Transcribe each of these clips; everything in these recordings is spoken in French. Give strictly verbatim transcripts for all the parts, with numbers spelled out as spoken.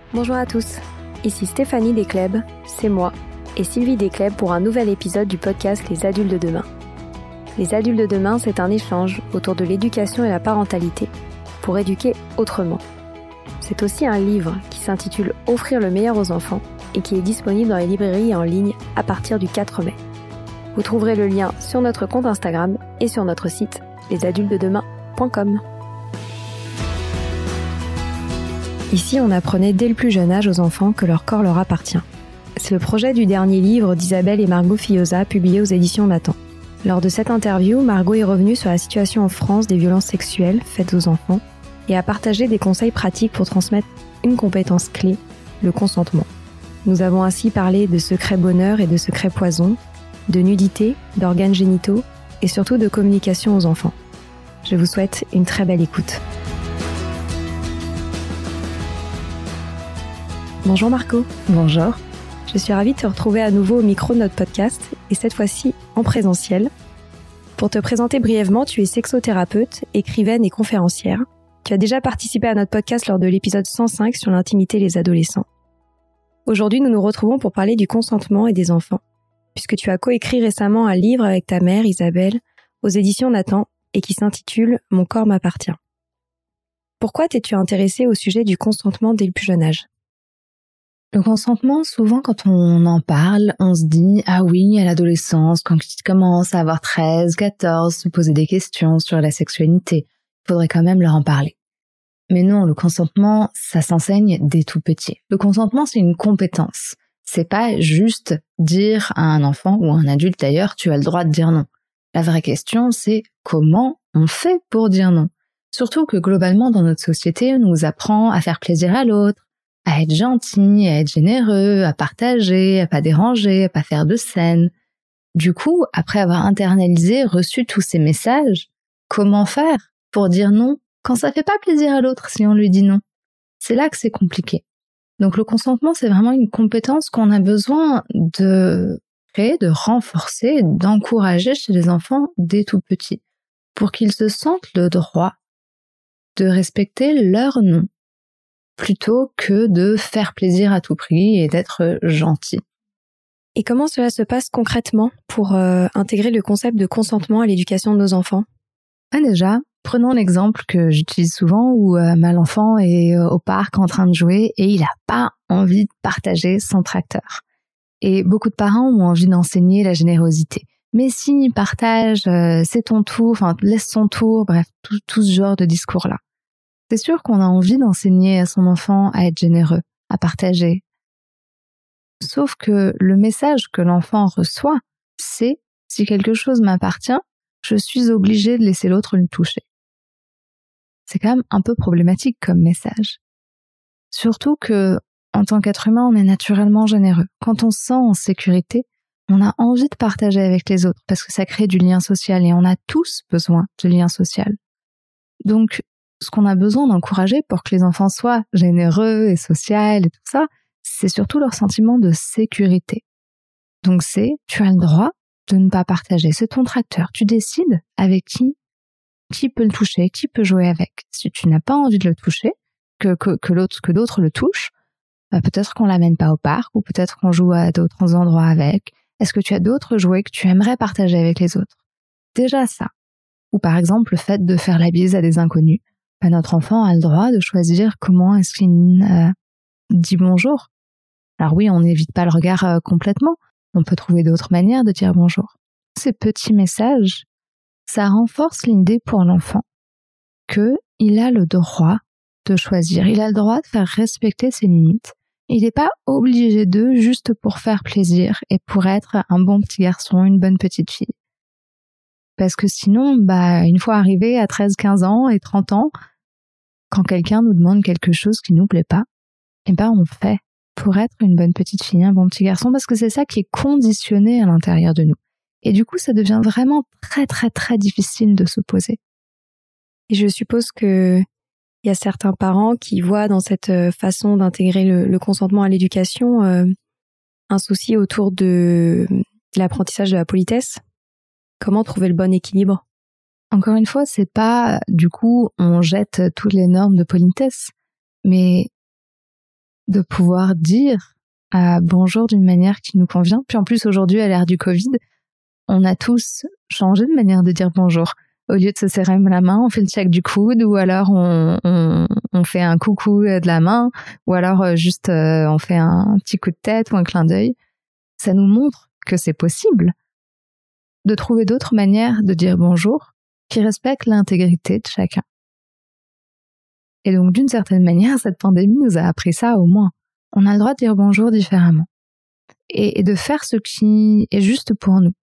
Bonjour à tous, ici Stéphanie Descleb, c'est moi, et Sylvie Descleb pour un nouvel épisode du podcast Les Adultes de Demain. Les Adultes de Demain, c'est un échange autour de l'éducation et la parentalité, pour éduquer autrement. C'est aussi un livre qui s'intitule « Offrir le meilleur aux enfants » et qui est disponible dans les librairies et en ligne à partir du quatre mai. Vous trouverez le lien sur notre compte Instagram et sur notre site les adultes de demain point com. Ici, on apprenait dès le plus jeune âge aux enfants que leur corps leur appartient. C'est le projet du dernier livre d'Isabelle et Margot Fillosa, publié aux éditions Nathan. Lors de cette interview, Margot est revenue sur la situation en France des violences sexuelles faites aux enfants et a partagé des conseils pratiques pour transmettre une compétence clé, le consentement. Nous avons ainsi parlé de secrets bonheur et de secrets poison, de nudité, d'organes génitaux et surtout de communication aux enfants. Je vous souhaite une très belle écoute. Bonjour Margot. Bonjour. Je suis ravie de te retrouver à nouveau au micro de notre podcast et cette fois-ci en présentiel. Pour te présenter brièvement, tu es sexothérapeute, écrivaine et conférencière. Tu as déjà participé à notre podcast lors de l'épisode cent cinq sur l'intimité et les adolescents. Aujourd'hui, nous nous retrouvons pour parler du consentement et des enfants, puisque tu as coécrit récemment un livre avec ta mère, Isabelle, aux éditions Nathan, et qui s'intitule « Mon corps m'appartient ». Pourquoi t'es-tu intéressée au sujet du consentement dès le plus jeune âge ? Le consentement, souvent quand on en parle, on se dit « Ah oui, à l'adolescence, quand tu commences à avoir treize, quatorze, se poser des questions sur la sexualité, il faudrait quand même leur en parler. » Mais non, le consentement, ça s'enseigne dès tout petit. Le consentement, c'est une compétence. C'est pas juste dire à un enfant ou à un adulte d'ailleurs, tu as le droit de dire non. La vraie question, c'est comment on fait pour dire non. Surtout que globalement, dans notre société, on nous apprend à faire plaisir à l'autre, à être gentil, à être généreux, à partager, à pas déranger, à pas faire de scènes. Du coup, après avoir internalisé, reçu tous ces messages, comment faire pour dire non quand ça fait pas plaisir à l'autre si on lui dit non? C'est là que c'est compliqué. Donc le consentement, c'est vraiment une compétence qu'on a besoin de créer, de renforcer, d'encourager chez les enfants dès tout petits, pour qu'ils se sentent le droit de respecter leur non, plutôt que de faire plaisir à tout prix et d'être gentil. Et comment cela se passe concrètement pour euh, intégrer le concept de consentement à l'éducation de nos enfants ? Ah déjà, prenons l'exemple que j'utilise souvent où euh, l'enfant est euh, au parc en train de jouer et il n'a pas envie de partager son tracteur. Et beaucoup de parents ont envie d'enseigner la générosité. Mais s'il partage, euh, c'est ton tour, enfin laisse son tour, bref, tout, tout ce genre de discours-là. C'est sûr qu'on a envie d'enseigner à son enfant à être généreux, à partager. Sauf que le message que l'enfant reçoit, c'est « si quelque chose m'appartient, je suis obligée de laisser l'autre le toucher ». C'est quand même un peu problématique comme message. Surtout que, en tant qu'être humain, on est naturellement généreux. Quand on se sent en sécurité, on a envie de partager avec les autres parce que ça crée du lien social et on a tous besoin de lien social. Donc, ce qu'on a besoin d'encourager pour que les enfants soient généreux et sociaux et tout ça, c'est surtout leur sentiment de sécurité. Donc c'est, tu as le droit de ne pas partager. C'est ton tracteur. Tu décides avec qui, qui peut le toucher, qui peut jouer avec. Si tu n'as pas envie de le toucher, que, que, que l'autre, que d'autres le touchent, bah peut-être qu'on l'amène pas au parc ou peut-être qu'on joue à d'autres endroits avec. Est-ce que tu as d'autres jouets que tu aimerais partager avec les autres? Déjà ça. Ou par exemple, le fait de faire la bise à des inconnus. Bah, notre enfant a le droit de choisir comment est-ce qu'il euh, dit bonjour. Alors oui, on n'évite pas le regard euh, complètement. On peut trouver d'autres manières de dire bonjour. Ces petits messages, ça renforce l'idée pour l'enfant qu'il a le droit de choisir. Il a le droit de faire respecter ses limites. Il n'est pas obligé d'eux juste pour faire plaisir et pour être un bon petit garçon, une bonne petite fille. Parce que sinon, bah, une fois arrivé à treize, quinze ans et trente ans, quand quelqu'un nous demande quelque chose qui nous plaît pas, eh ben, on fait pour être une bonne petite fille, un bon petit garçon, parce que c'est ça qui est conditionné à l'intérieur de nous. Et du coup, ça devient vraiment très, très, très difficile de s'opposer. Et je suppose que il y a certains parents qui voient dans cette façon d'intégrer le, le consentement à l'éducation euh, un souci autour de, de l'apprentissage de la politesse. Comment trouver le bon équilibre ? Encore une fois, c'est pas, du coup, on jette toutes les normes de politesse, mais de pouvoir dire euh, bonjour d'une manière qui nous convient. Puis en plus, aujourd'hui, à l'ère du Covid, on a tous changé de manière de dire bonjour. Au lieu de se serrer la main, on fait le check du coude, ou alors on, on, on fait un coucou de la main, ou alors euh, juste euh, on fait un petit coup de tête ou un clin d'œil. Ça nous montre que c'est possible de trouver d'autres manières de dire bonjour qui respectent l'intégrité de chacun. Et donc, d'une certaine manière, cette pandémie nous a appris ça au moins. On a le droit de dire bonjour différemment. Et, et de faire ce qui est juste pour nous.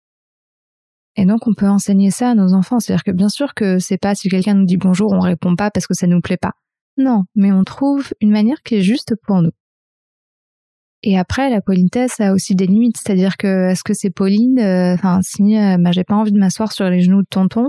Et donc, on peut enseigner ça à nos enfants. C'est-à-dire que bien sûr que c'est pas si quelqu'un nous dit bonjour, on répond pas parce que ça nous plaît pas. Non, mais on trouve une manière qui est juste pour nous. Et après, la politesse a aussi des limites. C'est-à-dire que, est-ce que c'est Pauline, enfin, euh, si euh, bah, j'ai pas envie de m'asseoir sur les genoux de tonton,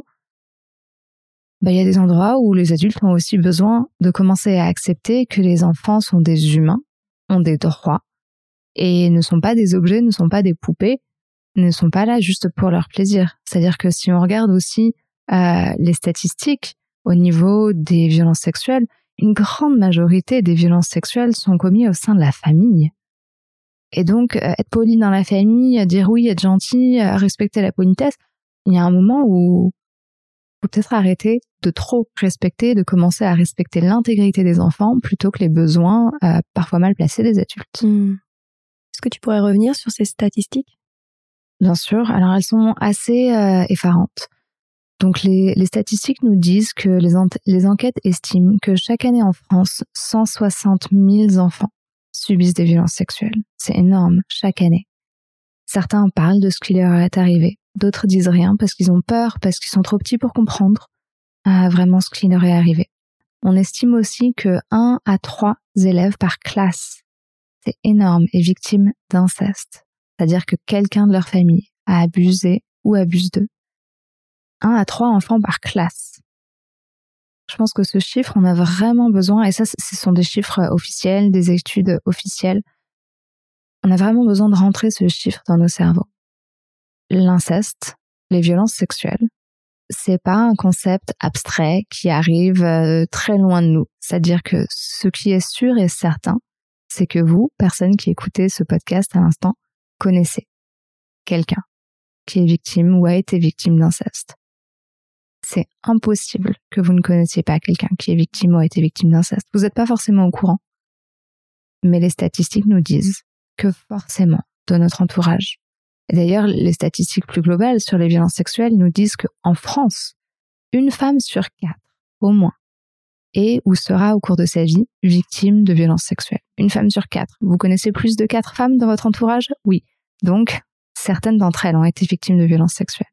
bah, y a des endroits où les adultes ont aussi besoin de commencer à accepter que les enfants sont des humains, ont des droits, et ne sont pas des objets, ne sont pas des poupées, ne sont pas là juste pour leur plaisir. C'est-à-dire que si on regarde aussi euh, les statistiques au niveau des violences sexuelles, une grande majorité des violences sexuelles sont commises au sein de la famille. Et donc, euh, être poli dans la famille, dire oui, être gentil, euh, respecter la politesse, il y a un moment où faut peut-être arrêter de trop respecter, de commencer à respecter l'intégrité des enfants plutôt que les besoins euh, parfois mal placés des adultes. Mmh. Est-ce que tu pourrais revenir sur ces statistiques ? Bien sûr. Alors, elles sont assez euh, effarantes. Donc, les, les statistiques nous disent que les, en- les enquêtes estiment que chaque année en France, cent soixante mille enfants subissent des violences sexuelles. C'est énorme, chaque année. Certains parlent de ce qui leur est arrivé. D'autres disent rien parce qu'ils ont peur, parce qu'ils sont trop petits pour comprendre euh, vraiment ce qui leur est arrivé. On estime aussi que un à trois élèves par classe, c'est énorme, est victime d'inceste. C'est-à-dire que quelqu'un de leur famille a abusé ou abuse d'eux. un à trois enfants par classe. Je pense que ce chiffre, on a vraiment besoin, et ça, ce sont des chiffres officiels, des études officielles. On a vraiment besoin de rentrer ce chiffre dans nos cerveaux. L'inceste, les violences sexuelles, c'est pas un concept abstrait qui arrive euh, très loin de nous. C'est-à-dire que ce qui est sûr et certain, c'est que vous, personne qui écoutez ce podcast à l'instant, connaissez quelqu'un qui est victime ou a été victime d'inceste. C'est impossible que vous ne connaissiez pas quelqu'un qui est victime ou a été victime d'inceste. Vous n'êtes pas forcément au courant. Mais les statistiques nous disent que forcément, de notre entourage. Et d'ailleurs, les statistiques plus globales sur les violences sexuelles nous disent qu'en France, une femme sur quatre, au moins, est ou sera au cours de sa vie victime de violences sexuelles. Une femme sur quatre. Vous connaissez plus de quatre femmes dans votre entourage ? Oui. Donc, certaines d'entre elles ont été victimes de violences sexuelles.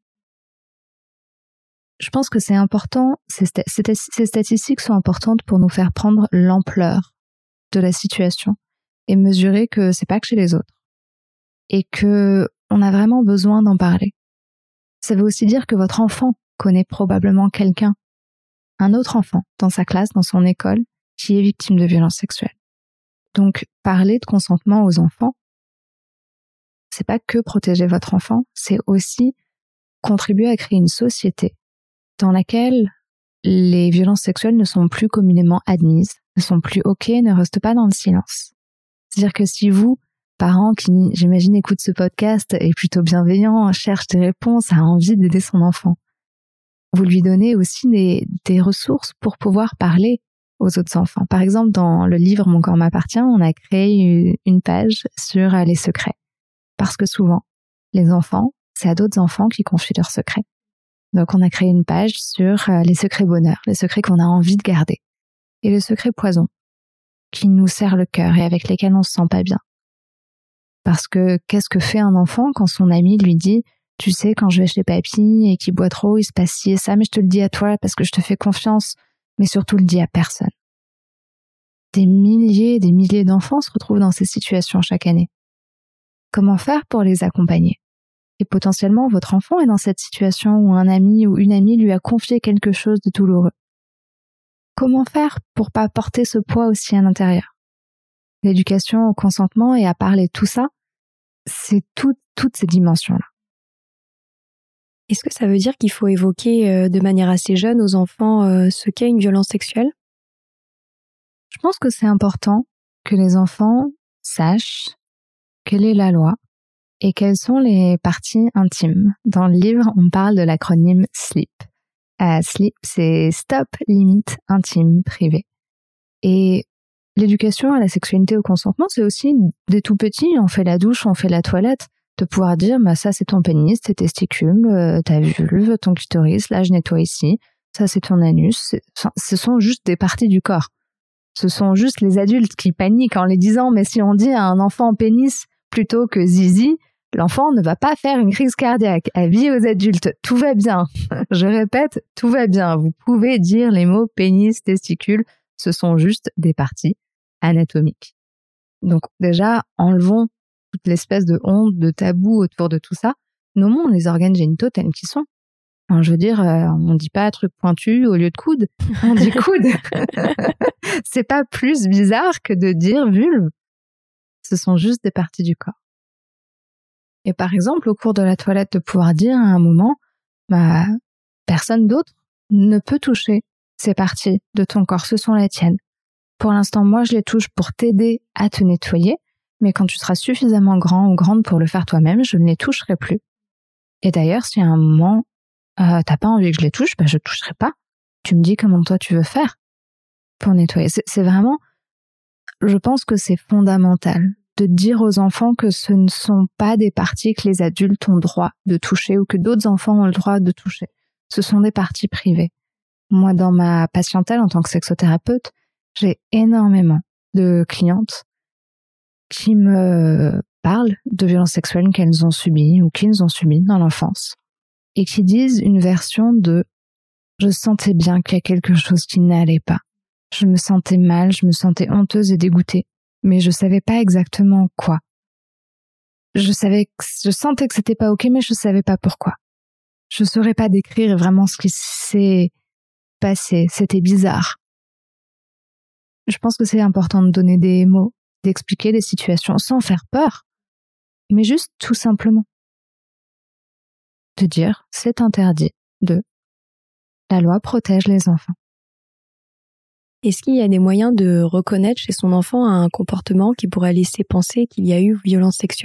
Je pense que c'est important, ces, sta- ces statistiques sont importantes pour nous faire prendre l'ampleur de la situation et mesurer que c'est pas que chez les autres et que on a vraiment besoin d'en parler. Ça veut aussi dire que votre enfant connaît probablement quelqu'un, un autre enfant dans sa classe, dans son école, qui est victime de violences sexuelles. Donc, parler de consentement aux enfants, c'est pas que protéger votre enfant, c'est aussi contribuer à créer une société dans laquelle les violences sexuelles ne sont plus communément admises, ne sont plus OK, ne restent pas dans le silence. C'est-à-dire que si vous, parents qui, j'imagine, écoutent ce podcast, est plutôt bienveillant, cherche des réponses, a envie d'aider son enfant, vous lui donnez aussi des, des ressources pour pouvoir parler aux autres enfants. Par exemple, dans le livre Mon corps m'appartient, on a créé une page sur les secrets. Parce que souvent, les enfants, c'est à d'autres enfants qui confient leurs secrets. Donc, on a créé une page sur les secrets bonheur, les secrets qu'on a envie de garder. Et les secrets poison, qui nous serrent le cœur et avec lesquels on se sent pas bien. Parce que qu'est-ce que fait un enfant quand son ami lui dit « Tu sais, quand je vais chez papy et qu'il boit trop, il se passe ci et ça, mais je te le dis à toi parce que je te fais confiance, mais surtout le dis à personne. » Des milliers et des milliers d'enfants se retrouvent dans ces situations chaque année. Comment faire pour les accompagner ? Et potentiellement, votre enfant est dans cette situation où un ami ou une amie lui a confié quelque chose de douloureux. Comment faire pour pas porter ce poids aussi à l'intérieur ? L'éducation au consentement et à parler de tout ça, c'est tout, toutes ces dimensions-là. Est-ce que ça veut dire qu'il faut évoquer euh, de manière assez jeune aux enfants euh, ce qu'est une violence sexuelle ? Je pense que c'est important que les enfants sachent quelle est la loi et quelles sont les parties intimes. Dans le livre, on parle de l'acronyme SLEEP. Euh, SLEEP, c'est Stop, Limite, Intime, Privé. Et l'éducation à la sexualité, au consentement, c'est aussi des tout petits, on fait la douche, on fait la toilette, de pouvoir dire, bah, ça c'est ton pénis, tes testicules, euh, ta vulve, ton clitoris, là je nettoie ici, ça c'est ton anus. C'est, enfin, ce sont juste des parties du corps. Ce sont juste les adultes qui paniquent en les disant, mais si on dit à un enfant pénis plutôt que zizi, l'enfant ne va pas faire une crise cardiaque. Avis aux adultes, tout va bien. Je répète, tout va bien. Vous pouvez dire les mots pénis, testicules, ce sont juste des parties anatomiques. Donc déjà, enlevons toute l'espèce de honte, de tabou autour de tout ça. Nommons les organes génitaux tels qu'ils sont. Enfin, je veux dire, euh, on dit pas truc pointu au lieu de coude, on dit coude. C'est pas plus bizarre que de dire vulve. Ce sont juste des parties du corps. Et par exemple, au cours de la toilette, de pouvoir dire à un moment, bah, personne d'autre ne peut toucher ces parties de ton corps, ce sont les tiennes. Pour l'instant, moi, je les touche pour t'aider à te nettoyer, mais quand tu seras suffisamment grand ou grande pour le faire toi-même, je ne les toucherai plus. Et d'ailleurs, si à un moment, euh, t'as pas envie que je les touche, bah, je toucherai pas. Tu me dis comment toi tu veux faire pour nettoyer. C'est, c'est vraiment, je pense que c'est fondamental de dire aux enfants que ce ne sont pas des parties que les adultes ont le droit de toucher ou que d'autres enfants ont le droit de toucher. Ce sont des parties privées. Moi, dans ma patientèle en tant que sexothérapeute, j'ai énormément de clientes qui me parlent de violences sexuelles qu'elles ont subies ou qu'ils ont subies dans l'enfance et qui disent une version de « je sentais bien qu'il y a quelque chose qui n'allait pas. Je me sentais mal, je me sentais honteuse et dégoûtée, mais je savais pas exactement quoi. Je savais, que, je sentais que c'était pas ok, mais je savais pas pourquoi. Je saurais pas décrire vraiment ce qui s'est passé. C'était bizarre. » Je pense que c'est important de donner des mots, d'expliquer des situations sans faire peur, mais juste tout simplement. De dire, c'est interdit, de la loi protège les enfants. Est-ce qu'il y a des moyens de reconnaître chez son enfant un comportement qui pourrait laisser penser qu'il y a eu violence sexuelle ?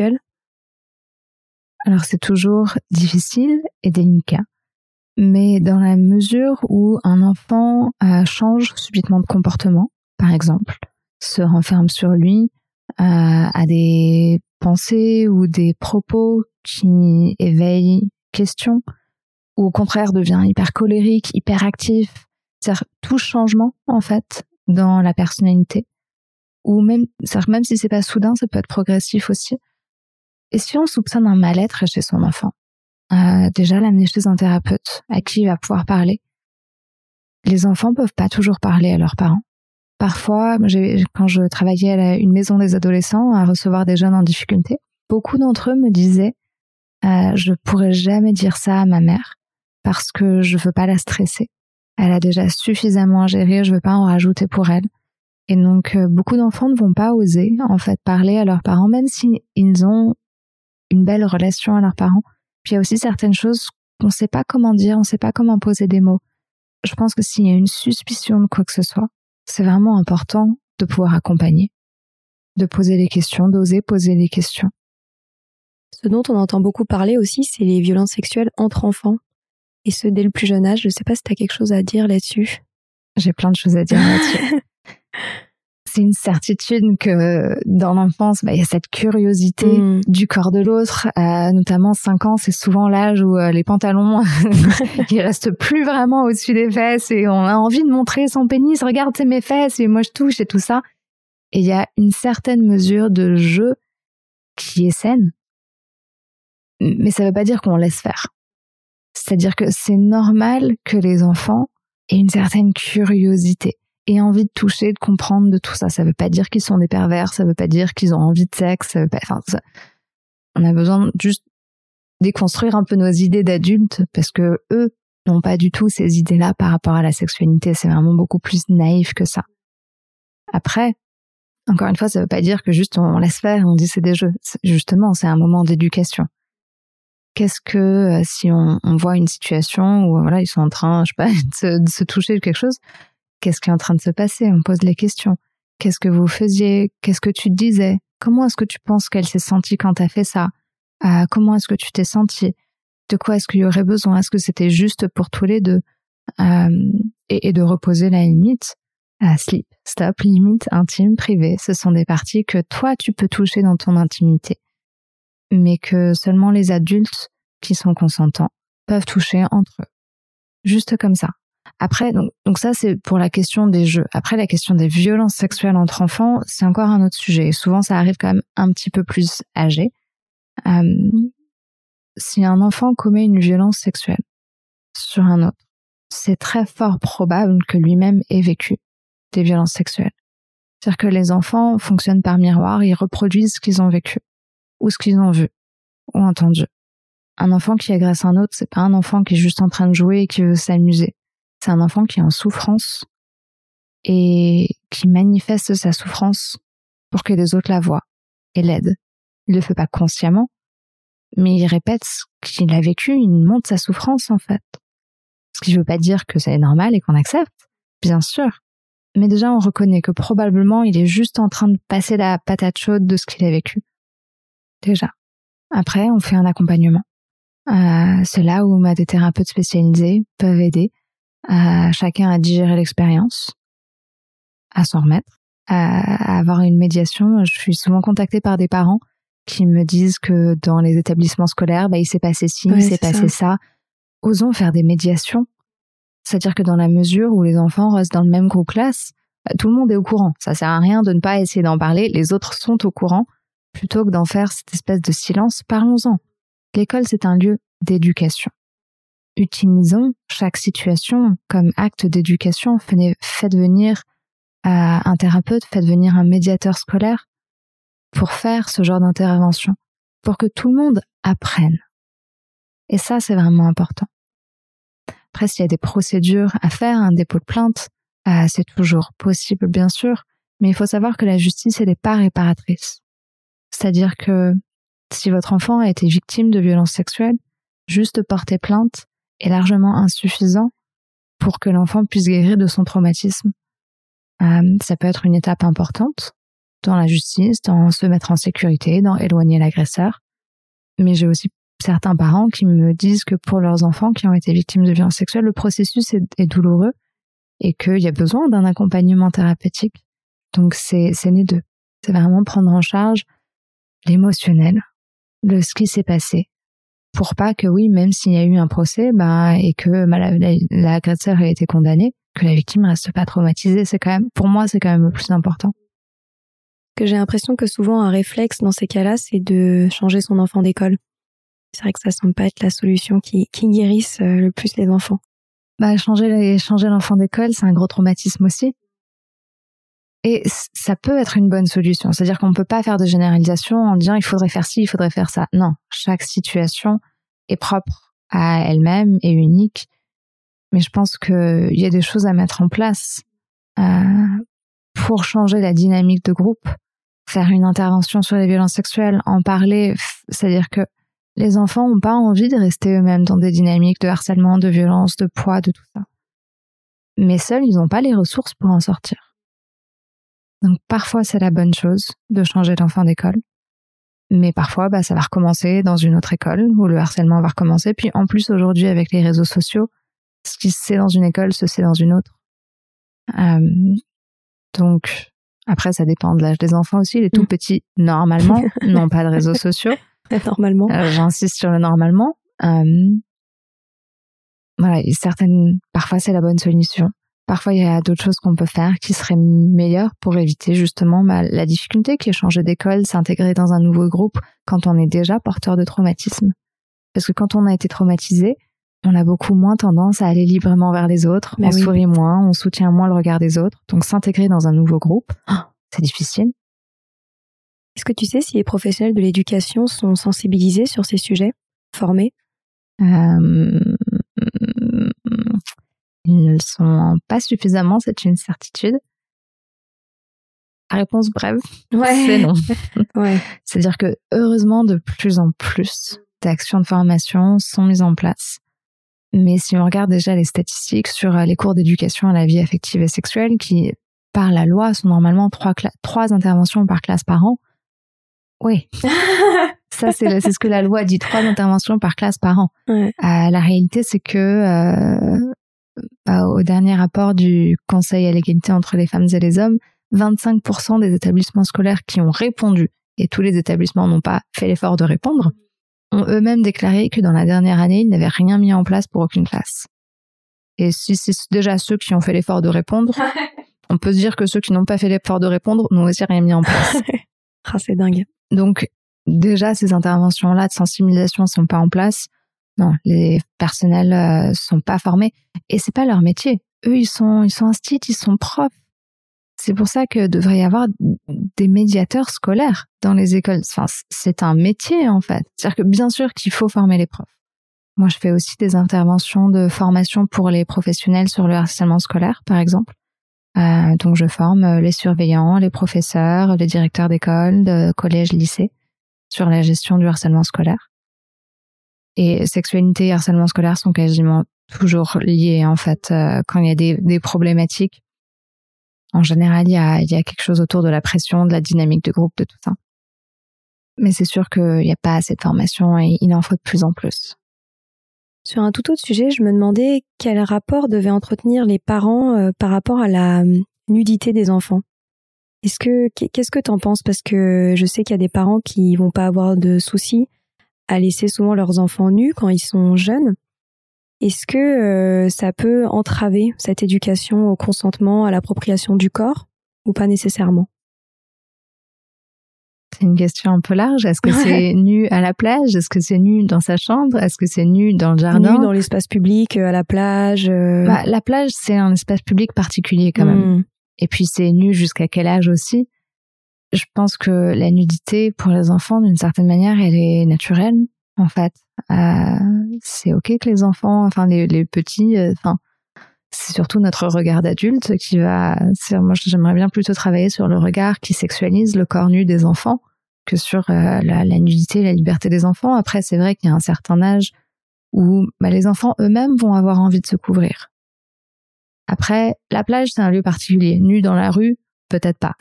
Alors c'est toujours difficile et délicat, mais dans la mesure où un enfant euh, change subitement de comportement, par exemple, se renferme sur lui, euh, a des pensées ou des propos qui éveillent question, ou au contraire devient hyper colérique, hyper actif, c'est-à-dire tout changement en fait dans la personnalité, ou même, c'est-à-dire même si c'est pas soudain, ça peut être progressif aussi. Et si on soupçonne un mal-être chez son enfant, euh, déjà l'amener chez un thérapeute à qui il va pouvoir parler. Les enfants peuvent pas toujours parler à leurs parents. Parfois, j'ai, quand je travaillais à la, une maison des adolescents à recevoir des jeunes en difficulté, beaucoup d'entre eux me disaient euh, « je pourrais jamais dire ça à ma mère parce que je veux pas la stresser. Elle a déjà suffisamment à gérer, je veux pas en rajouter pour elle. » Et donc, euh, beaucoup d'enfants ne vont pas oser en fait parler à leurs parents, même si ils ont une belle relation à leurs parents. Puis il y a aussi certaines choses qu'on sait pas comment dire, on sait pas comment poser des mots. Je pense que s'il y a une suspicion de quoi que ce soit, c'est vraiment important de pouvoir accompagner, de poser les questions, d'oser poser les questions. Ce dont on entend beaucoup parler aussi, c'est les violences sexuelles entre enfants, et ce dès le plus jeune âge. Je sais pas si tu as quelque chose à dire là-dessus. J'ai plein de choses à dire là-dessus. C'est une certitude que dans l'enfance, bah, il y a cette curiosité mmh. du corps de l'autre, euh, notamment cinq ans, c'est souvent l'âge où euh, les pantalons, ils restent plus vraiment au-dessus des fesses et on a envie de montrer son pénis, regarde c'est mes fesses et moi je touche et tout ça. Et il y a une certaine mesure de jeu qui est saine, mais ça veut pas dire qu'on laisse faire. C'est-à-dire que c'est normal que les enfants aient une certaine curiosité et envie de toucher, de comprendre de tout ça. Ça veut pas dire qu'ils sont des pervers, ça veut pas dire qu'ils ont envie de sexe, ça veut pas, enfin, ça, on a besoin de juste déconstruire un peu nos idées d'adultes parce que eux n'ont pas du tout ces idées-là par rapport à la sexualité. C'est vraiment beaucoup plus naïf que ça. Après, encore une fois, ça veut pas dire que juste on laisse faire et on dit c'est des jeux. C'est, justement, c'est un moment d'éducation. Qu'est-ce que euh, si on, on voit une situation où voilà ils sont en train, je sais pas, de se, de se toucher de quelque chose, qu'est-ce qui est en train de se passer? On pose les questions. Qu'est-ce que vous faisiez? Qu'est-ce que tu disais? Comment est-ce que tu penses qu'elle s'est sentie quand t'as fait ça? euh, Comment est-ce que tu t'es sentie? De quoi est-ce qu'il y aurait besoin? Est-ce que c'était juste pour tous les deux? euh, et, et de reposer la limite. Euh, sleep, stop, limite, intime, privée. Ce sont des parties que toi, tu peux toucher dans ton intimité, mais que seulement les adultes qui sont consentants peuvent toucher entre eux. Juste comme ça. Après, donc, donc ça, c'est pour la question des jeux. Après, la question des violences sexuelles entre enfants, c'est encore un autre sujet. Souvent, ça arrive quand même un petit peu plus âgé. Euh, si un enfant commet une violence sexuelle sur un autre, c'est très fort probable que lui-même ait vécu des violences sexuelles. C'est-à-dire que les enfants fonctionnent par miroir, ils reproduisent ce qu'ils ont vécu, ou ce qu'ils ont vu, ou entendu. Un enfant qui agresse un autre, c'est pas un enfant qui est juste en train de jouer et qui veut s'amuser. C'est un enfant qui est en souffrance et qui manifeste sa souffrance pour que les autres la voient et l'aident. Il le fait pas consciemment, mais il répète ce qu'il a vécu, il montre sa souffrance en fait. Ce qui veut pas dire que c'est normal et qu'on accepte, bien sûr. Mais déjà, on reconnaît que probablement, il est juste en train de passer la patate chaude de ce qu'il a vécu. Déjà. Après, on fait un accompagnement. Euh, c'est là où des thérapeutes spécialisés peuvent aider euh, chacun à digérer l'expérience, à s'en remettre, à, à avoir une médiation. Je suis souvent contactée par des parents qui me disent que dans les établissements scolaires, bah, il s'est passé ci, ouais, il s'est passé ça. ça. Osons faire des médiations. C'est-à-dire que dans la mesure où les enfants restent dans le même groupe classe, tout le monde est au courant. Ça sert à rien de ne pas essayer d'en parler. Les autres sont au courant. Plutôt que d'en faire cette espèce de silence, parlons-en. L'école, c'est un lieu d'éducation. Utilisons chaque situation comme acte d'éducation. Faites venir euh, un thérapeute, faites venir un médiateur scolaire pour faire ce genre d'intervention, pour que tout le monde apprenne. Et ça, c'est vraiment important. Après, s'il y a des procédures à faire, un dépôt de plainte, euh, c'est toujours possible, bien sûr, mais il faut savoir que la justice, elle n'est pas réparatrice. C'est-à-dire que si votre enfant a été victime de violences sexuelles, juste porter plainte est largement insuffisant pour que l'enfant puisse guérir de son traumatisme. Euh, ça peut être une étape importante dans la justice, dans se mettre en sécurité, dans éloigner l'agresseur. Mais j'ai aussi certains parents qui me disent que pour leurs enfants qui ont été victimes de violences sexuelles, le processus est, est douloureux et qu'il y a besoin d'un accompagnement thérapeutique. Donc c'est, c'est les deux. C'est vraiment prendre en charge l'émotionnel de ce qui s'est passé. Pour pas que oui, même s'il y a eu un procès, bah, et que bah, la, la, l'agresseur a été condamné, que la victime reste pas traumatisée. C'est quand même, pour moi, c'est quand même le plus important. Que j'ai l'impression que souvent un réflexe dans ces cas-là, c'est de changer son enfant d'école. C'est vrai que ça semble pas être la solution qui, qui guérisse le plus les enfants. Bah, changer, les, changer l'enfant d'école, c'est un gros traumatisme aussi. Et ça peut être une bonne solution. C'est-à-dire qu'on ne peut pas faire de généralisation en disant il faudrait faire ci, il faudrait faire ça. Non, chaque situation est propre à elle-même et unique. Mais je pense qu'il y a des choses à mettre en place euh, pour changer la dynamique de groupe, faire une intervention sur les violences sexuelles, en parler. C'est-à-dire que les enfants n'ont pas envie de rester eux-mêmes dans des dynamiques de harcèlement, de violence, de poids, de tout ça. Mais seuls, ils n'ont pas les ressources pour en sortir. Donc parfois c'est la bonne chose de changer d'enfant d'école, mais parfois bah, ça va recommencer dans une autre école où le harcèlement va recommencer. Puis en plus aujourd'hui avec les réseaux sociaux, ce qui se sait dans une école se sait dans une autre. Euh, donc après ça dépend de l'âge des enfants aussi. Les tout petits normalement n'ont pas de réseaux sociaux. Normalement. Euh, j'insiste sur le normalement. Euh, voilà, et certaines parfois c'est la bonne solution. Parfois, il y a d'autres choses qu'on peut faire qui seraient meilleures pour éviter justement bah, la difficulté qui est changer d'école, s'intégrer dans un nouveau groupe quand on est déjà porteur de traumatisme. Parce que quand on a été traumatisé, on a beaucoup moins tendance à aller librement vers les autres, bah on oui. sourit moins, on soutient moins le regard des autres. Donc s'intégrer dans un nouveau groupe, oh, c'est difficile. Est-ce que tu sais si les professionnels de l'éducation sont sensibilisés sur ces sujets, formés ? euh... Ils ne le sont pas suffisamment, c'est une certitude. La réponse brève, ouais. c'est non. ouais. C'est-à-dire que heureusement, de plus en plus d'actions de formation sont mises en place. Mais si on regarde déjà les statistiques sur les cours d'éducation à la vie affective et sexuelle, qui par la loi, sont normalement trois, cla- trois interventions par classe par an. Oui. Ça, c'est, le, c'est ce que la loi dit, trois interventions par classe par an. Ouais. Euh, la réalité, c'est que euh, bah, au dernier rapport du Conseil à l'égalité entre les femmes et les hommes, vingt-cinq pour cent des établissements scolaires qui ont répondu, et tous les établissements n'ont pas fait l'effort de répondre, ont eux-mêmes déclaré que dans la dernière année, ils n'avaient rien mis en place pour aucune classe. Et si c'est déjà ceux qui ont fait l'effort de répondre, on peut se dire que ceux qui n'ont pas fait l'effort de répondre n'ont aussi rien mis en place. Ah, c'est dingue. Donc, déjà, ces interventions-là de sensibilisation sont pas en place. Non, les personnels euh, sont pas formés. Et c'est pas leur métier. Eux, ils sont, ils sont instits, ils sont profs. C'est pour ça que devrait y avoir des médiateurs scolaires dans les écoles. Enfin, c'est un métier, en fait. C'est-à-dire que bien sûr qu'il faut former les profs. Moi, je fais aussi des interventions de formation pour les professionnels sur le harcèlement scolaire, par exemple. Euh, donc, je forme les surveillants, les professeurs, les directeurs d'école, de collèges, lycées, sur la gestion du harcèlement scolaire. Et sexualité et harcèlement scolaire sont quasiment toujours liés, en fait. Euh, quand il y a des, des problématiques, en général, il y a, il y a quelque chose autour de la pression, de la dynamique de groupe, de tout ça. Mais c'est sûr qu'il n'y a pas assez de formation et il en faut de plus en plus. Sur un tout autre sujet, je me demandais quel rapport devaient entretenir les parents euh, par rapport à la euh, nudité des enfants. Est-ce que qu'est-ce que t'en penses? Parce que je sais qu'il y a des parents qui vont pas avoir de soucis à laisser souvent leurs enfants nus quand ils sont jeunes. Est-ce que euh, ça peut entraver cette éducation au consentement, à l'appropriation du corps, ou pas nécessairement? C'est une question un peu large. Est-ce que c'est nu à la plage? Est-ce que c'est nu dans sa chambre? Est-ce que c'est nu dans le jardin? Nu dans l'espace public, à la plage euh... bah, La plage, c'est un espace public particulier quand même. Mmh. Et puis c'est nu jusqu'à quel âge aussi? Je pense que la nudité pour les enfants, d'une certaine manière, elle est naturelle, en fait. Euh, c'est ok que les enfants, enfin les, les petits, enfin euh, c'est surtout notre regard d'adulte qui va. C'est, moi, j'aimerais bien plutôt travailler sur le regard qui sexualise le corps nu des enfants que sur euh, la, la nudité, la liberté des enfants. Après, c'est vrai qu'il y a un certain âge où bah, les enfants eux-mêmes vont avoir envie de se couvrir. Après, la plage, c'est un lieu particulier. Nu dans la rue, peut-être pas.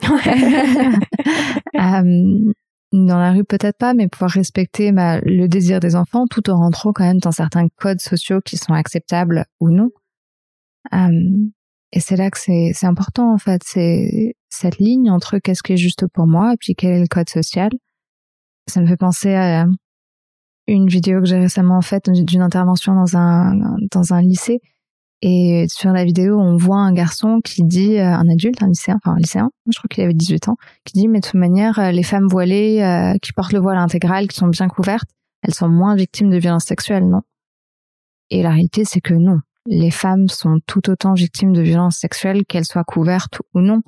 euh, dans la rue, peut-être pas, mais pouvoir respecter bah, le désir des enfants tout en rentrant quand même dans certains codes sociaux qui sont acceptables ou non. Euh, et c'est là que c'est, c'est important, en fait. C'est cette ligne entre qu'est-ce qui est juste pour moi et puis quel est le code social. Ça me fait penser à une vidéo que j'ai récemment faite d'une intervention dans un, dans un lycée. Et sur la vidéo, on voit un garçon qui dit, un adulte, un lycéen, enfin un lycéen, je crois qu'il avait dix-huit ans, qui dit, mais de toute manière, les femmes voilées, euh, qui portent le voile intégral, qui sont bien couvertes, elles sont moins victimes de violences sexuelles, non? Et la réalité, c'est que non. Les femmes sont tout autant victimes de violences sexuelles, qu'elles soient couvertes ou non.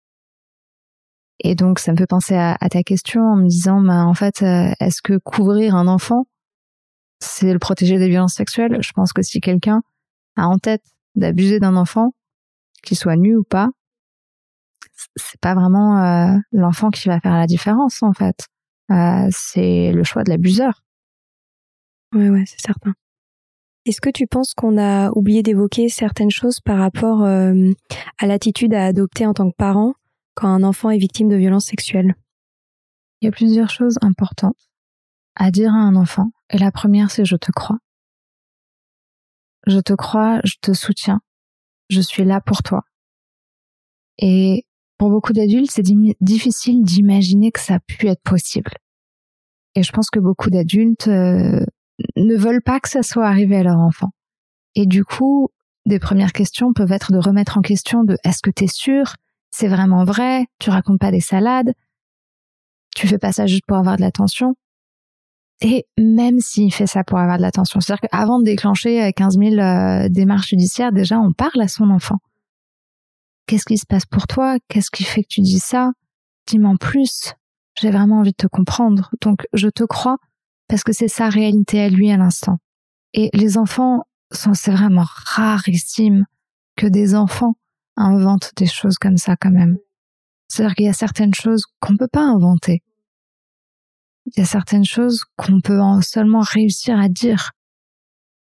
Et donc, ça me fait penser à, à ta question en me disant, bah, en fait, euh, est-ce que couvrir un enfant, c'est le protéger des violences sexuelles? Je pense que si quelqu'un a en tête d'abuser d'un enfant, qu'il soit nu ou pas, c'est pas vraiment euh, l'enfant qui va faire la différence, en fait. Euh, c'est le choix de l'abuseur. Ouais, ouais, c'est certain. Est-ce que tu penses qu'on a oublié d'évoquer certaines choses par rapport euh, à l'attitude à adopter en tant que parent quand un enfant est victime de violences sexuelles? Il y a plusieurs choses importantes à dire à un enfant. Et la première, c'est « je te crois ». Je te crois, je te soutiens, je suis là pour toi. Et pour beaucoup d'adultes, c'est difficile d'imaginer que ça a pu être possible. Et je pense que beaucoup d'adultes euh, ne veulent pas que ça soit arrivé à leur enfant. Et du coup, des premières questions peuvent être de remettre en question de « est-ce que t'es sûr? C'est vraiment vrai? Tu racontes pas des salades? Tu fais pas ça juste pour avoir de l'attention ?» Et même s'il fait ça pour avoir de l'attention, c'est-à-dire qu'avant de déclencher quinze mille euh, démarches judiciaires, déjà, on parle à son enfant. Qu'est-ce qui se passe pour toi? Qu'est-ce qui fait que tu dis ça? Dis-moi en plus. J'ai vraiment envie de te comprendre. Donc, je te crois parce que c'est sa réalité à lui à l'instant. Et les enfants, sont, c'est vraiment rarissime que des enfants inventent des choses comme ça quand même. C'est-à-dire qu'il y a certaines choses qu'on ne peut pas inventer. Il y a certaines choses qu'on peut seulement réussir à dire.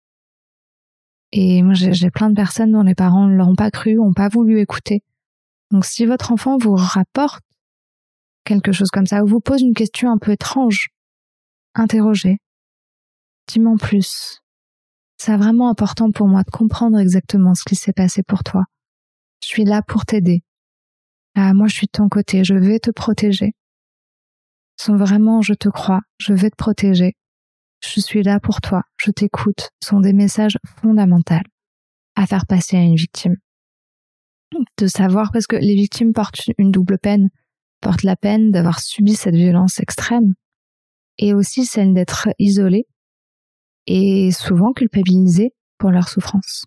Et moi, j'ai, j'ai plein de personnes dont les parents ne l'ont pas cru, n'ont pas voulu écouter. Donc si votre enfant vous rapporte quelque chose comme ça, ou vous pose une question un peu étrange, interrogez. Dis-moi en plus. C'est vraiment important pour moi de comprendre exactement ce qui s'est passé pour toi. Je suis là pour t'aider. Ah, moi, je suis de ton côté. Je vais te protéger. Sont vraiment, je te crois. Je vais te protéger. Je suis là pour toi. Je t'écoute. Sont des messages fondamentaux à faire passer à une victime. De savoir, parce que les victimes portent une double peine. Portent la peine d'avoir subi cette violence extrême et aussi celle d'être isolées et souvent culpabilisées pour leur souffrance.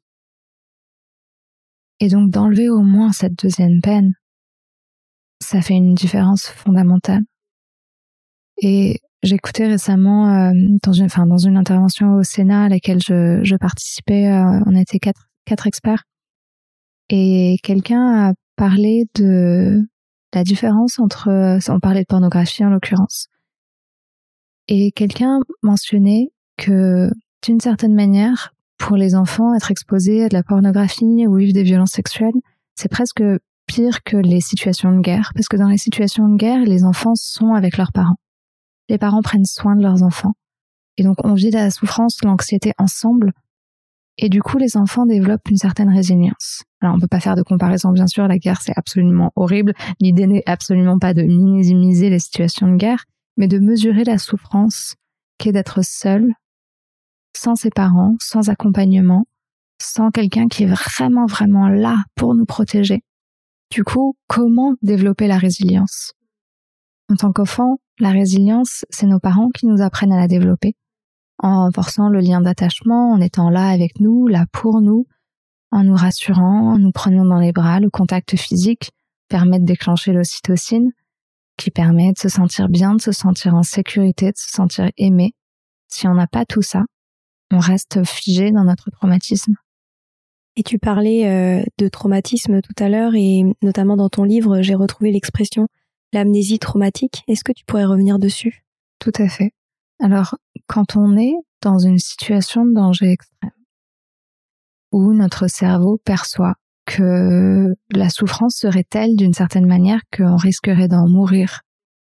Et donc d'enlever au moins cette deuxième peine, ça fait une différence fondamentale. Et j'écoutais récemment euh, dans une, enfin dans une intervention au Sénat à laquelle je, je participais, euh, on était quatre, quatre experts, et quelqu'un a parlé de la différence entre, on parlait de pornographie en l'occurrence, et quelqu'un mentionnait que d'une certaine manière, pour les enfants, être exposés à de la pornographie ou vivre des violences sexuelles, c'est presque pire que les situations de guerre, parce que dans les situations de guerre, les enfants sont avec leurs parents. Les parents prennent soin de leurs enfants. Et donc on vit la souffrance, l'anxiété ensemble, et du coup les enfants développent une certaine résilience. Alors on peut pas faire de comparaison, bien sûr, la guerre c'est absolument horrible, l'idée n'est absolument pas de minimiser les situations de guerre, mais de mesurer la souffrance qu'est d'être seul, sans ses parents, sans accompagnement, sans quelqu'un qui est vraiment vraiment là pour nous protéger. Du coup, comment développer la résilience ? En tant qu'enfant, la résilience, c'est nos parents qui nous apprennent à la développer, en renforçant le lien d'attachement, en étant là avec nous, là pour nous, en nous rassurant, en nous prenant dans les bras. Le contact physique permet de déclencher l'ocytocine, qui permet de se sentir bien, de se sentir en sécurité, de se sentir aimé. Si on n'a pas tout ça, on reste figé dans notre traumatisme. Et tu parlais euh, de traumatisme tout à l'heure, et notamment dans ton livre, j'ai retrouvé l'expression l'amnésie traumatique. Est-ce que tu pourrais revenir dessus ? Tout à fait. Alors, quand on est dans une situation de danger extrême, où notre cerveau perçoit que la souffrance serait telle d'une certaine manière qu'on risquerait d'en mourir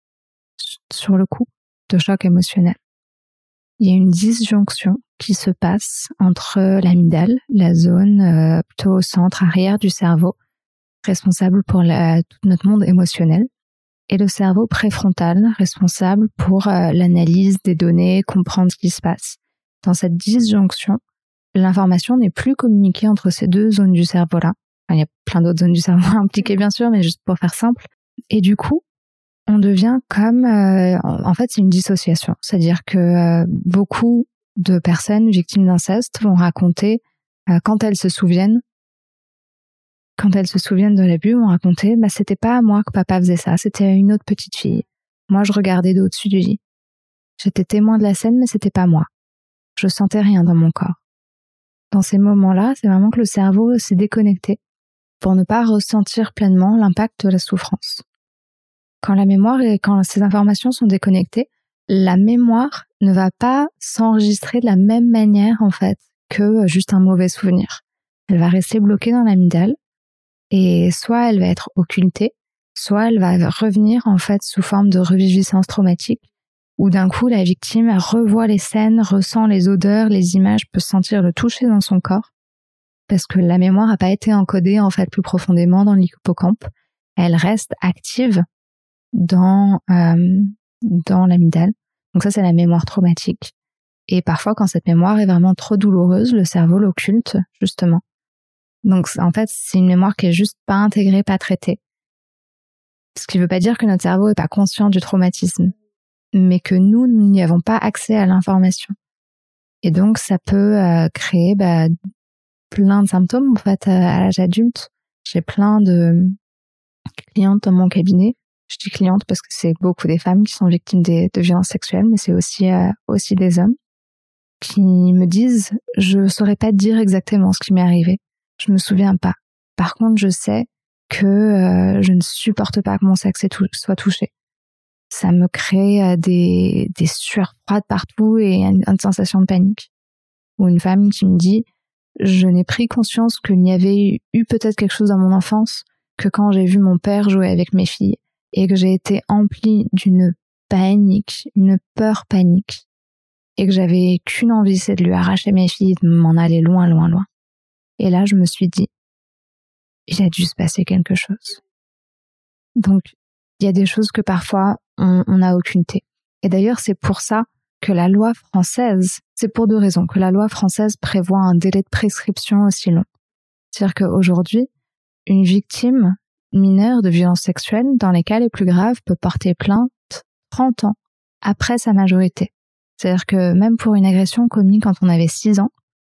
sur le coup de choc émotionnel, il y a une disjonction qui se passe entre l'amygdale, la zone euh, plutôt au centre arrière du cerveau, responsable pour la, tout notre monde émotionnel, et le cerveau préfrontal, responsable pour euh, l'analyse des données, comprendre ce qui se passe. Dans cette disjonction, l'information n'est plus communiquée entre ces deux zones du cerveau-là. Enfin, il y a plein d'autres zones du cerveau impliquées, bien sûr, mais juste pour faire simple. Et du coup, on devient comme... Euh, en fait, c'est une dissociation. C'est-à-dire que euh, beaucoup de personnes victimes d'inceste vont raconter, euh, quand elles se souviennent, quand elles se souviennent de l'abus, vont raconter, bah, c'était pas à moi que papa faisait ça, c'était à une autre petite fille. Moi, je regardais d'au-dessus du lit. J'étais témoin de la scène, mais c'était pas moi. Je sentais rien dans mon corps. Dans ces moments-là, c'est vraiment que le cerveau s'est déconnecté pour ne pas ressentir pleinement l'impact de la souffrance. Quand la mémoire et quand ces informations sont déconnectées, la mémoire ne va pas s'enregistrer de la même manière, en fait, que juste un mauvais souvenir. Elle va rester bloquée dans l'amygdale, et soit elle va être occultée, soit elle va revenir, en fait, sous forme de reviviscence traumatique, où d'un coup, la victime elle revoit les scènes, ressent les odeurs, les images, peut sentir le toucher dans son corps, parce que la mémoire n'a pas été encodée, en fait, plus profondément dans l'hippocampe. Elle reste active dans, euh, dans l'amygdale. Donc ça, c'est la mémoire traumatique. Et parfois, quand cette mémoire est vraiment trop douloureuse, le cerveau l'occulte, justement. Donc, en fait, c'est une mémoire qui est juste pas intégrée, pas traitée. Ce qui veut pas dire que notre cerveau est pas conscient du traumatisme, mais que nous, nous n'y avons pas accès à l'information. Et donc, ça peut euh, créer bah, plein de symptômes, en fait, à, à l'âge adulte. J'ai plein de clientes dans mon cabinet. Je dis clientes parce que c'est beaucoup des femmes qui sont victimes des, de violences sexuelles, mais c'est aussi, euh, aussi des hommes qui me disent « je saurais pas te dire exactement ce qui m'est arrivé, je me souviens pas. Par contre, je sais que euh, je ne supporte pas que mon sexe soit touché. Ça me crée euh, des, des sueurs froides partout et une, une sensation de panique. » Ou une femme qui me dit « je n'ai pris conscience qu'il y avait eu peut-être quelque chose dans mon enfance, que quand j'ai vu mon père jouer avec mes filles et que j'ai été emplie d'une panique, une peur panique, et que j'avais qu'une envie, c'est de lui arracher mes filles et de m'en aller loin, loin, loin. Et là, je me suis dit, il a dû se passer quelque chose. Donc, il y a des choses que parfois, on n'a aucune thé. Et d'ailleurs, c'est pour ça que la loi française, c'est pour deux raisons, que la loi française prévoit un délai de prescription aussi long. C'est-à-dire qu'aujourd'hui, une victime mineure de violences sexuelles, dans les cas les plus graves, peut porter plainte trente ans après sa majorité. C'est-à-dire que même pour une agression commise quand on avait six ans,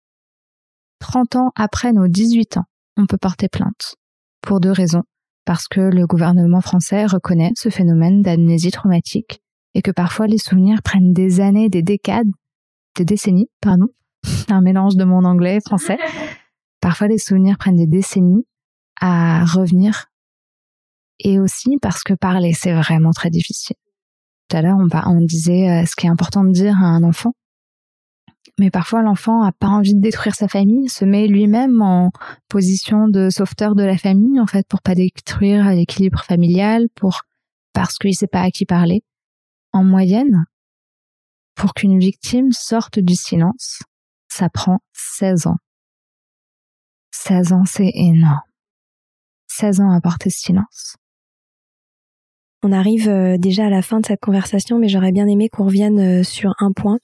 trente ans après nos dix-huit ans, on peut porter plainte. Pour deux raisons. Parce que le gouvernement français reconnaît ce phénomène d'amnésie traumatique et que parfois les souvenirs prennent des années, des décades, des décennies, pardon, un mélange de mon anglais et français. Parfois les souvenirs prennent des décennies à revenir. Et aussi parce que parler, c'est vraiment très difficile. Tout à l'heure, on, on disait euh, ce qui est important de dire à un enfant. Mais parfois, l'enfant a pas envie de détruire sa famille, se met lui-même en position de sauveteur de la famille, en fait, pour pas détruire l'équilibre familial, pour, parce qu'il sait pas à qui parler. En moyenne, pour qu'une victime sorte du silence, ça prend seize ans. seize ans, c'est énorme. seize ans à porter ce silence. On arrive déjà à la fin de cette conversation, mais j'aurais bien aimé qu'on revienne sur un point.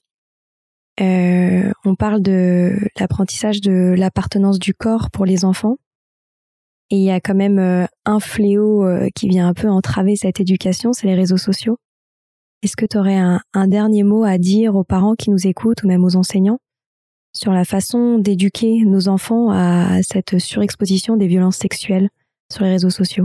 Euh, on parle de l'apprentissage de l'appartenance du corps pour les enfants. Et il y a quand même euh, un fléau euh, qui vient un peu entraver cette éducation, c'est les réseaux sociaux. Est-ce que tu aurais un, un dernier mot à dire aux parents qui nous écoutent ou même aux enseignants sur la façon d'éduquer nos enfants à cette surexposition des violences sexuelles sur les réseaux sociaux?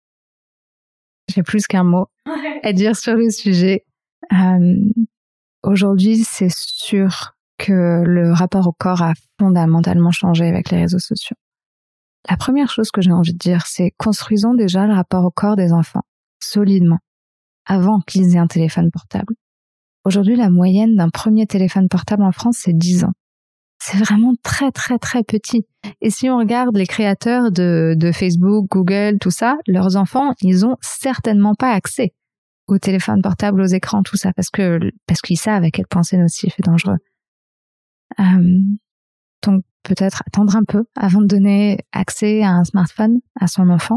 J'ai plus qu'un mot à dire sur le sujet. Euh, aujourd'hui, c'est sûr que le rapport au corps a fondamentalement changé avec les réseaux sociaux. La première chose que j'ai envie de dire, c'est construisons déjà le rapport au corps des enfants, solidement, avant qu'ils aient un téléphone portable. Aujourd'hui, la moyenne d'un premier téléphone portable en France, c'est dix ans. C'est vraiment très, très, très petit. Et si on regarde les créateurs de, de Facebook, Google, tout ça, leurs enfants, ils ont certainement pas accès au téléphone portable, aux écrans, tout ça, parce que parce qu'ils savent à quel point c'est nocif et dangereux. Euh, donc, peut-être attendre un peu avant de donner accès à un smartphone à son enfant.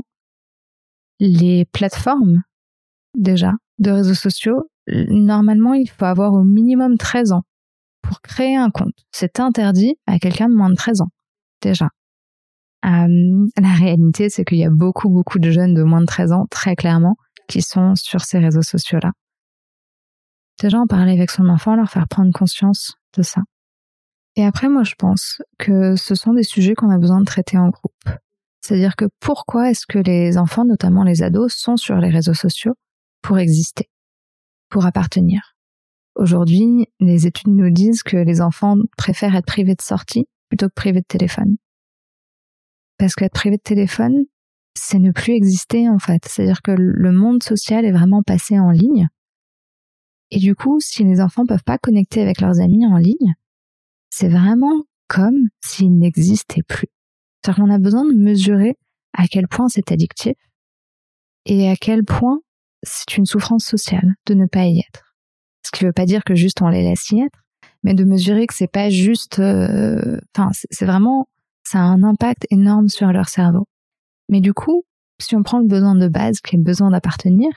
Les plateformes, déjà, de réseaux sociaux, normalement, il faut avoir au minimum treize ans pour créer un compte. C'est interdit à quelqu'un de moins de treize ans, déjà. Euh, la réalité, c'est qu'il y a beaucoup, beaucoup de jeunes de moins de treize ans, très clairement, qui sont sur ces réseaux sociaux-là. Déjà, en parler avec son enfant, leur faire prendre conscience de ça. Et après, moi, je pense que ce sont des sujets qu'on a besoin de traiter en groupe. C'est-à-dire que pourquoi est-ce que les enfants, notamment les ados, sont sur les réseaux sociaux? Pour exister, pour appartenir. Aujourd'hui, les études nous disent que les enfants préfèrent être privés de sortie plutôt que privés de téléphone. Parce qu'être privé de téléphone, c'est ne plus exister en fait. C'est-à-dire que le monde social est vraiment passé en ligne. Et du coup, si les enfants peuvent pas connecter avec leurs amis en ligne, c'est vraiment comme s'ils n'existaient plus. C'est-à-dire qu'on a besoin de mesurer à quel point c'est addictif et à quel point c'est une souffrance sociale de ne pas y être. Ce qui ne veut pas dire que juste on les laisse y être, mais de mesurer que c'est pas juste... Euh, enfin, c'est, c'est vraiment... Ça a un impact énorme sur leur cerveau. Mais du coup, si on prend le besoin de base, qui est le besoin d'appartenir,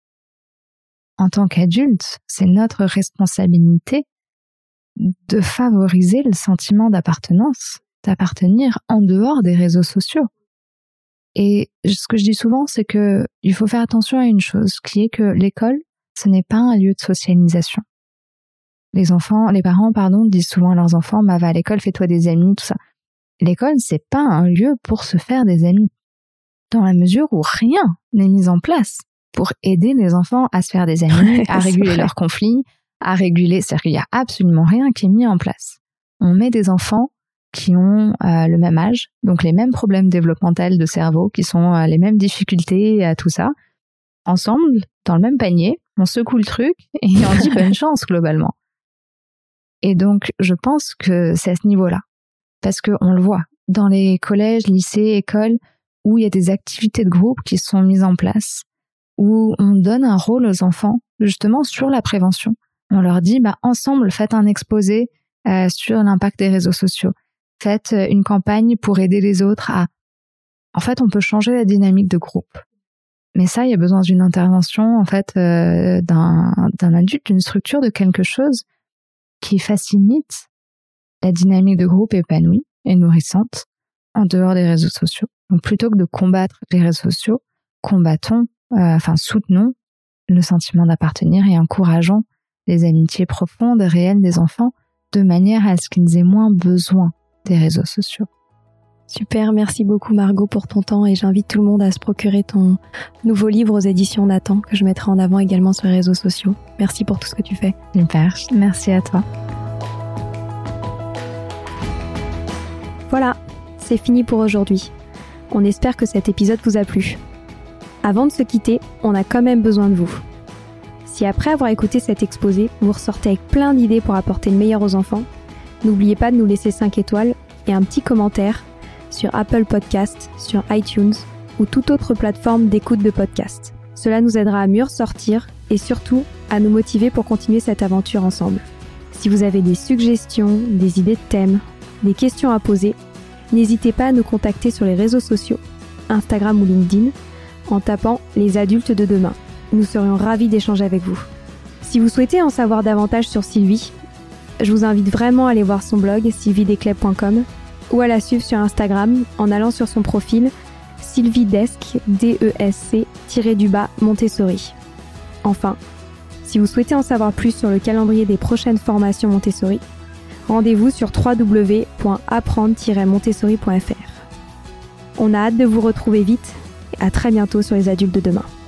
en tant qu'adulte, c'est notre responsabilité de favoriser le sentiment d'appartenance, d'appartenir en dehors des réseaux sociaux. Et ce que je dis souvent, c'est que il faut faire attention à une chose, qui est que l'école, ce n'est pas un lieu de socialisation. Les enfants, les parents, pardon, disent souvent à leurs enfants, bah va à l'école, fais-toi des amis, tout ça. L'école, c'est pas un lieu pour se faire des amis. Dans la mesure où rien n'est mis en place pour aider les enfants à se faire des amis, à réguler leurs conflits, à réguler, c'est-à-dire qu'il y a absolument rien qui est mis en place. On met des enfants qui ont euh, le même âge, donc les mêmes problèmes développementaux de cerveau, qui sont euh, les mêmes difficultés à tout ça, ensemble, dans le même panier, on secoue le truc et on dit bonne chance globalement. Et donc, je pense que c'est à ce niveau-là. Parce qu'on le voit, dans les collèges, lycées, écoles, où il y a des activités de groupe qui sont mises en place, où on donne un rôle aux enfants justement sur la prévention. On leur dit, bah, ensemble, faites un exposé euh, sur l'impact des réseaux sociaux. Faites une campagne pour aider les autres à... En fait, on peut changer la dynamique de groupe. Mais ça, il y a besoin d'une intervention, en fait, euh, d'un, d'un adulte, d'une structure, de quelque chose qui facilite la dynamique de groupe épanouie et nourrissante en dehors des réseaux sociaux. Donc, plutôt que de combattre les réseaux sociaux, combattons, euh, enfin, soutenons le sentiment d'appartenir et encourageons les amitiés profondes et réelles des enfants de manière à ce qu'ils aient moins besoin des réseaux sociaux. Super, merci beaucoup Margot pour ton temps et j'invite tout le monde à se procurer ton nouveau livre aux éditions Nathan que je mettrai en avant également sur les réseaux sociaux. Merci pour tout ce que tu fais. Super, merci à toi. Voilà, c'est fini pour aujourd'hui. On espère que cet épisode vous a plu. Avant de se quitter, on a quand même besoin de vous. Si après avoir écouté cet exposé, vous ressortez avec plein d'idées pour apporter le meilleur aux enfants, n'oubliez pas de nous laisser cinq étoiles et un petit commentaire sur Apple Podcasts, sur iTunes ou toute autre plateforme d'écoute de podcast. Cela nous aidera à mieux ressortir et surtout à nous motiver pour continuer cette aventure ensemble. Si vous avez des suggestions, des idées de thèmes, des questions à poser, n'hésitez pas à nous contacter sur les réseaux sociaux, Instagram ou LinkedIn, en tapant « Les adultes de demain ». Nous serions ravis d'échanger avec vous. Si vous souhaitez en savoir davantage sur Sylvie, je vous invite vraiment à aller voir son blog sylvie desclèves point com ou à la suivre sur Instagram en allant sur son profil sylviedesc, D E S C, tiré du bas, Montessori. Enfin, si vous souhaitez en savoir plus sur le calendrier des prochaines formations Montessori, rendez-vous sur w w w point apprendre tiret montessori point f r. On a hâte de vous retrouver vite et à très bientôt sur les adultes de demain.